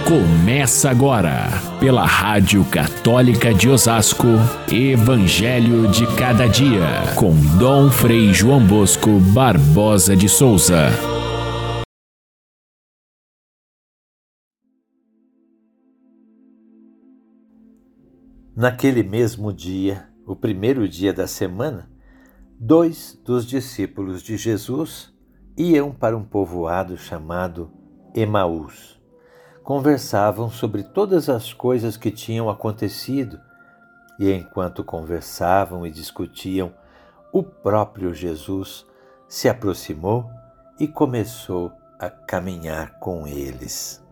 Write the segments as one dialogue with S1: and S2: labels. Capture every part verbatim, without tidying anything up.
S1: Começa agora, pela Rádio Católica de Osasco, Evangelho de Cada Dia, com Dom Frei João Bosco Barbosa de Souza.
S2: Naquele mesmo dia, o primeiro dia da semana, dois dos discípulos de Jesus iam para um povoado chamado Emaús. Conversavam sobre todas as coisas que tinham acontecido e, enquanto conversavam e discutiam, o próprio Jesus se aproximou e começou a caminhar com eles.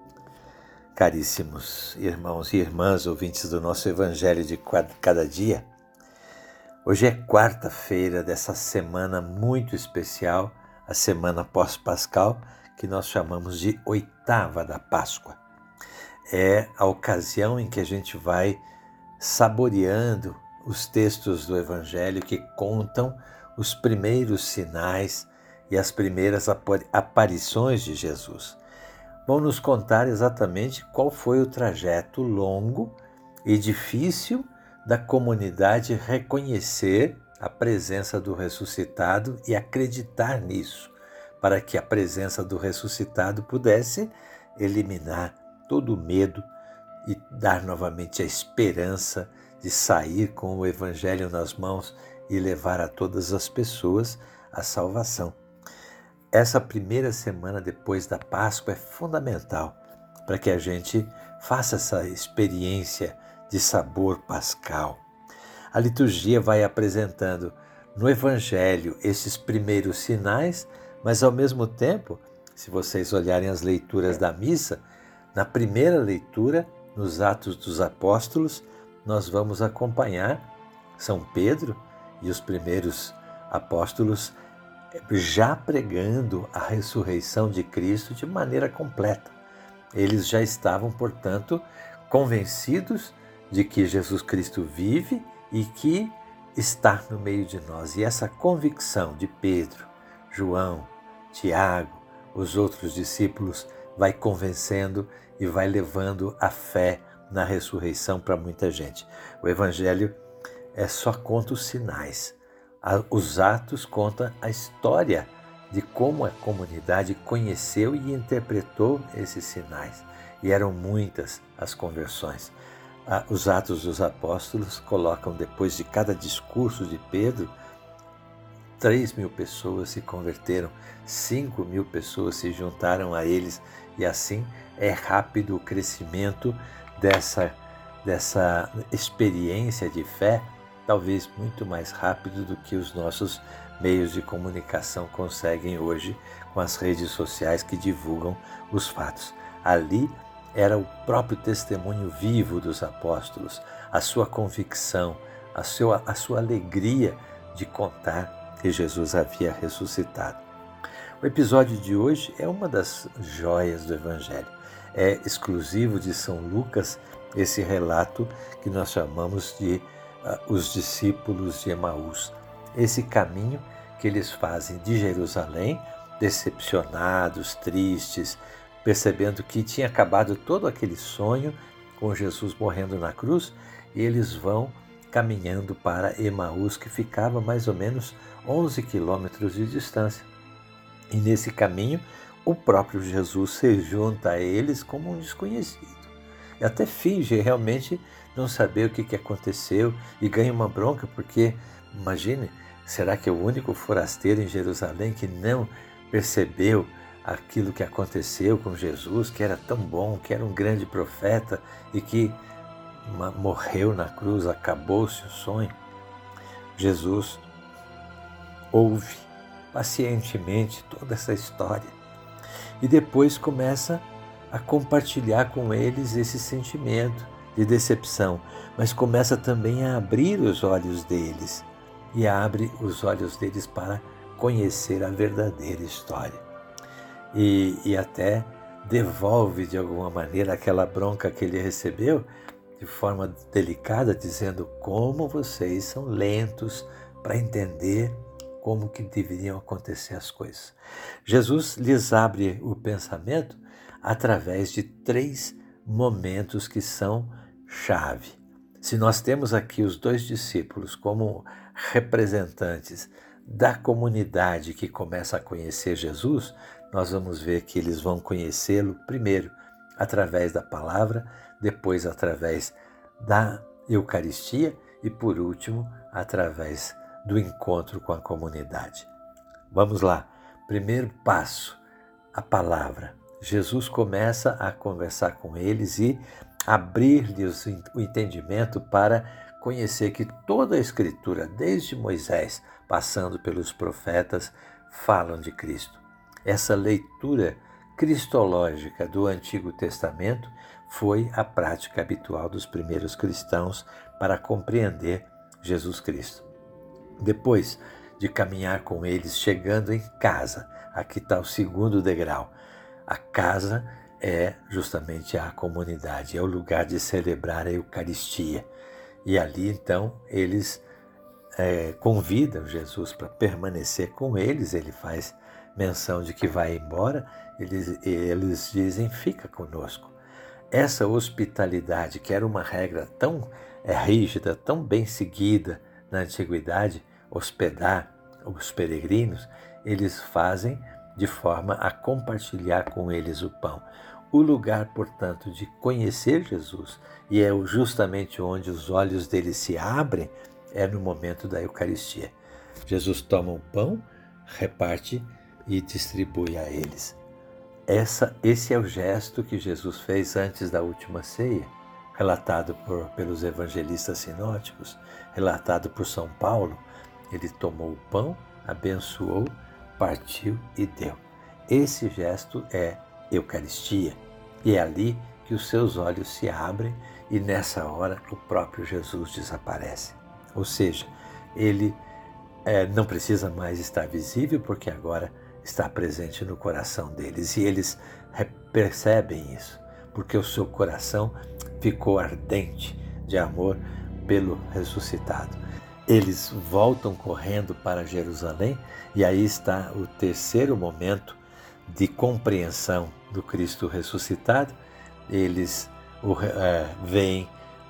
S2: Caríssimos irmãos e irmãs, ouvintes do nosso Evangelho de Cada Dia, hoje é quarta-feira dessa semana muito especial, a semana pós-pascal, que nós chamamos de oitava da Páscoa. É a ocasião em que a gente vai saboreando os textos do Evangelho que contam os primeiros sinais e as primeiras aparições de Jesus. Vão nos contar exatamente qual foi o trajeto longo e difícil da comunidade reconhecer a presença do ressuscitado e acreditar nisso, para que a presença do ressuscitado pudesse eliminar todo o medo e dar novamente a esperança de sair com o Evangelho nas mãos e levar a todas as pessoas a salvação. Essa primeira semana depois da Páscoa é fundamental para que a gente faça essa experiência de sabor pascal. A liturgia vai apresentando no Evangelho esses primeiros sinais, mas ao mesmo tempo, se vocês olharem as leituras da missa, na primeira leitura, nos Atos dos Apóstolos, nós vamos acompanhar São Pedro e os primeiros apóstolos já pregando a ressurreição de Cristo de maneira completa. Eles já estavam, portanto, convencidos de que Jesus Cristo vive e que está no meio de nós. E essa convicção de Pedro, João, Tiago, os outros discípulos, vai convencendo e vai levando a fé na ressurreição para muita gente. O Evangelho é só conta os sinais. Os Atos contam a história de como a comunidade conheceu e interpretou esses sinais. E eram muitas as conversões. Os Atos dos Apóstolos colocam, depois de cada discurso de Pedro, três mil pessoas se converteram, cinco mil pessoas se juntaram a eles, e assim é rápido o crescimento dessa, dessa experiência de fé, talvez muito mais rápido do que os nossos meios de comunicação conseguem hoje com as redes sociais que divulgam os fatos. Ali era o próprio testemunho vivo dos apóstolos, a sua convicção, a sua, a sua alegria de contar que Jesus havia ressuscitado. O episódio de hoje é uma das joias do Evangelho. É exclusivo de São Lucas esse relato que nós chamamos de uh, os discípulos de Emaús. Esse caminho que eles fazem de Jerusalém, decepcionados, tristes, percebendo que tinha acabado todo aquele sonho com Jesus morrendo na cruz, e eles vão caminhando para Emaús, que ficava mais ou menos onze quilômetros de distância. E nesse caminho, o próprio Jesus se junta a eles como um desconhecido. E até finge realmente não saber o que, que aconteceu e ganha uma bronca, porque, imagine, será que é o único forasteiro em Jerusalém que não percebeu aquilo que aconteceu com Jesus, que era tão bom, que era um grande profeta e que morreu na cruz, acabou-se o sonho? Jesus ouve pacientemente toda essa história e depois começa a compartilhar com eles esse sentimento de decepção, mas começa também a abrir os olhos deles e abre os olhos deles para conhecer a verdadeira história e, e até devolve de alguma maneira aquela bronca que ele recebeu de forma delicada, dizendo como vocês são lentos para entender como que deveriam acontecer as coisas. Jesus lhes abre o pensamento através de três momentos que são chave. Se nós temos aqui os dois discípulos como representantes da comunidade que começa a conhecer Jesus, nós vamos ver que eles vão conhecê-lo primeiro através da palavra, depois através da Eucaristia e, por último, através do encontro com a comunidade. Vamos lá. Primeiro passo, a palavra. Jesus começa a conversar com eles e abrir-lhes o entendimento para conhecer que toda a Escritura, desde Moisés, passando pelos profetas, falam de Cristo. Essa leitura cristológica do Antigo Testamento foi a prática habitual dos primeiros cristãos para compreender Jesus Cristo. Depois de caminhar com eles, chegando em casa, aqui está o segundo degrau. A casa é justamente a comunidade, é o lugar de celebrar a Eucaristia. E ali, então, eles é, convidam Jesus para permanecer com eles. Ele faz menção de que vai embora. Eles, eles dizem, fica conosco. Essa hospitalidade, que era uma regra tão é, rígida, tão bem seguida na antiguidade, hospedar os peregrinos, eles fazem de forma a compartilhar com eles o pão. O lugar, portanto, de conhecer Jesus, e é justamente onde os olhos deles se abrem, é no momento da Eucaristia. Jesus toma o pão, reparte e distribui a eles. Essa, esse é o gesto que Jesus fez antes da última ceia, relatado por, pelos evangelistas sinóticos, relatado por São Paulo. Ele tomou o pão, abençoou, partiu e deu. Esse gesto é Eucaristia. E é ali que os seus olhos se abrem e nessa hora o próprio Jesus desaparece. Ou seja, ele é, não precisa mais estar visível porque agora está presente no coração deles. E eles percebem isso, porque o seu coração ficou ardente de amor pelo ressuscitado. Eles voltam correndo para Jerusalém e aí está o terceiro momento de compreensão do Cristo ressuscitado. Eles o, é, veem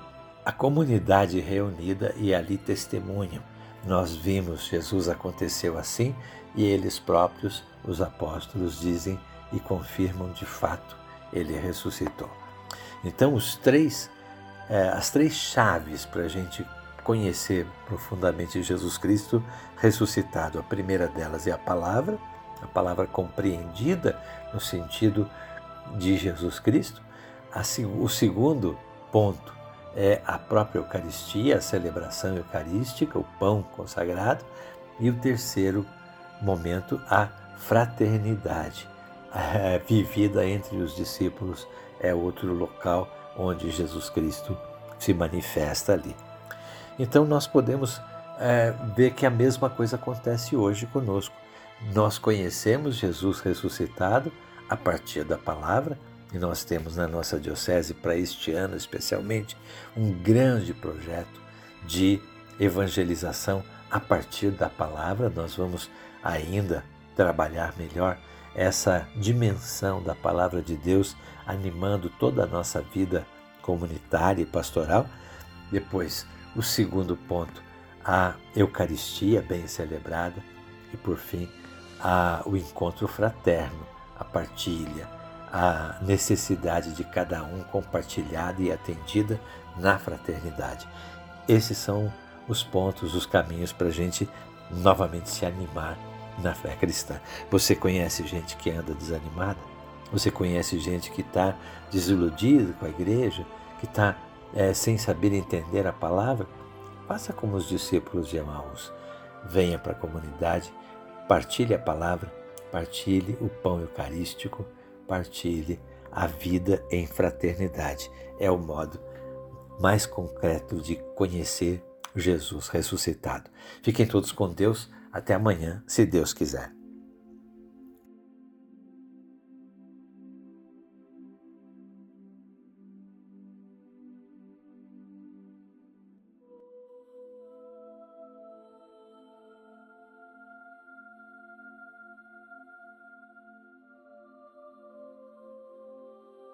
S2: a comunidade reunida e ali testemunham. Nós vimos, Jesus aconteceu assim, e eles próprios, os apóstolos, dizem e confirmam de fato, ele ressuscitou. Então os três, é, as três chaves para a gente conhecer profundamente Jesus Cristo ressuscitado. A primeira delas é a palavra, a palavra compreendida no sentido de Jesus Cristo. A, o segundo ponto é a própria Eucaristia, a celebração eucarística, o pão consagrado. E o terceiro momento, a fraternidade, é, vivida entre os discípulos, é outro local onde Jesus Cristo se manifesta ali. Então nós podemos é, ver que a mesma coisa acontece hoje conosco. Nós conhecemos Jesus ressuscitado a partir da palavra, e nós temos na nossa diocese, para este ano especialmente, um grande projeto de evangelização a partir da palavra. Nós vamos ainda trabalhar melhor essa dimensão da palavra de Deus, animando toda a nossa vida comunitária e pastoral. Depois, o segundo ponto, a Eucaristia bem celebrada. E, por fim, a, o encontro fraterno, a partilha, a necessidade de cada um compartilhada e atendida na fraternidade. Esses são os pontos, os caminhos para a gente novamente se animar na fé cristã. Você conhece gente que anda desanimada? Você conhece gente que está desiludida com a igreja, que está é, sem saber entender a palavra? Faça como os discípulos de Emaús. Venha para a comunidade, partilhe a palavra, partilhe o pão eucarístico, partilhe a vida em fraternidade. É o modo mais concreto de conhecer Jesus ressuscitado. Fiquem todos com Deus. Até amanhã, se Deus quiser.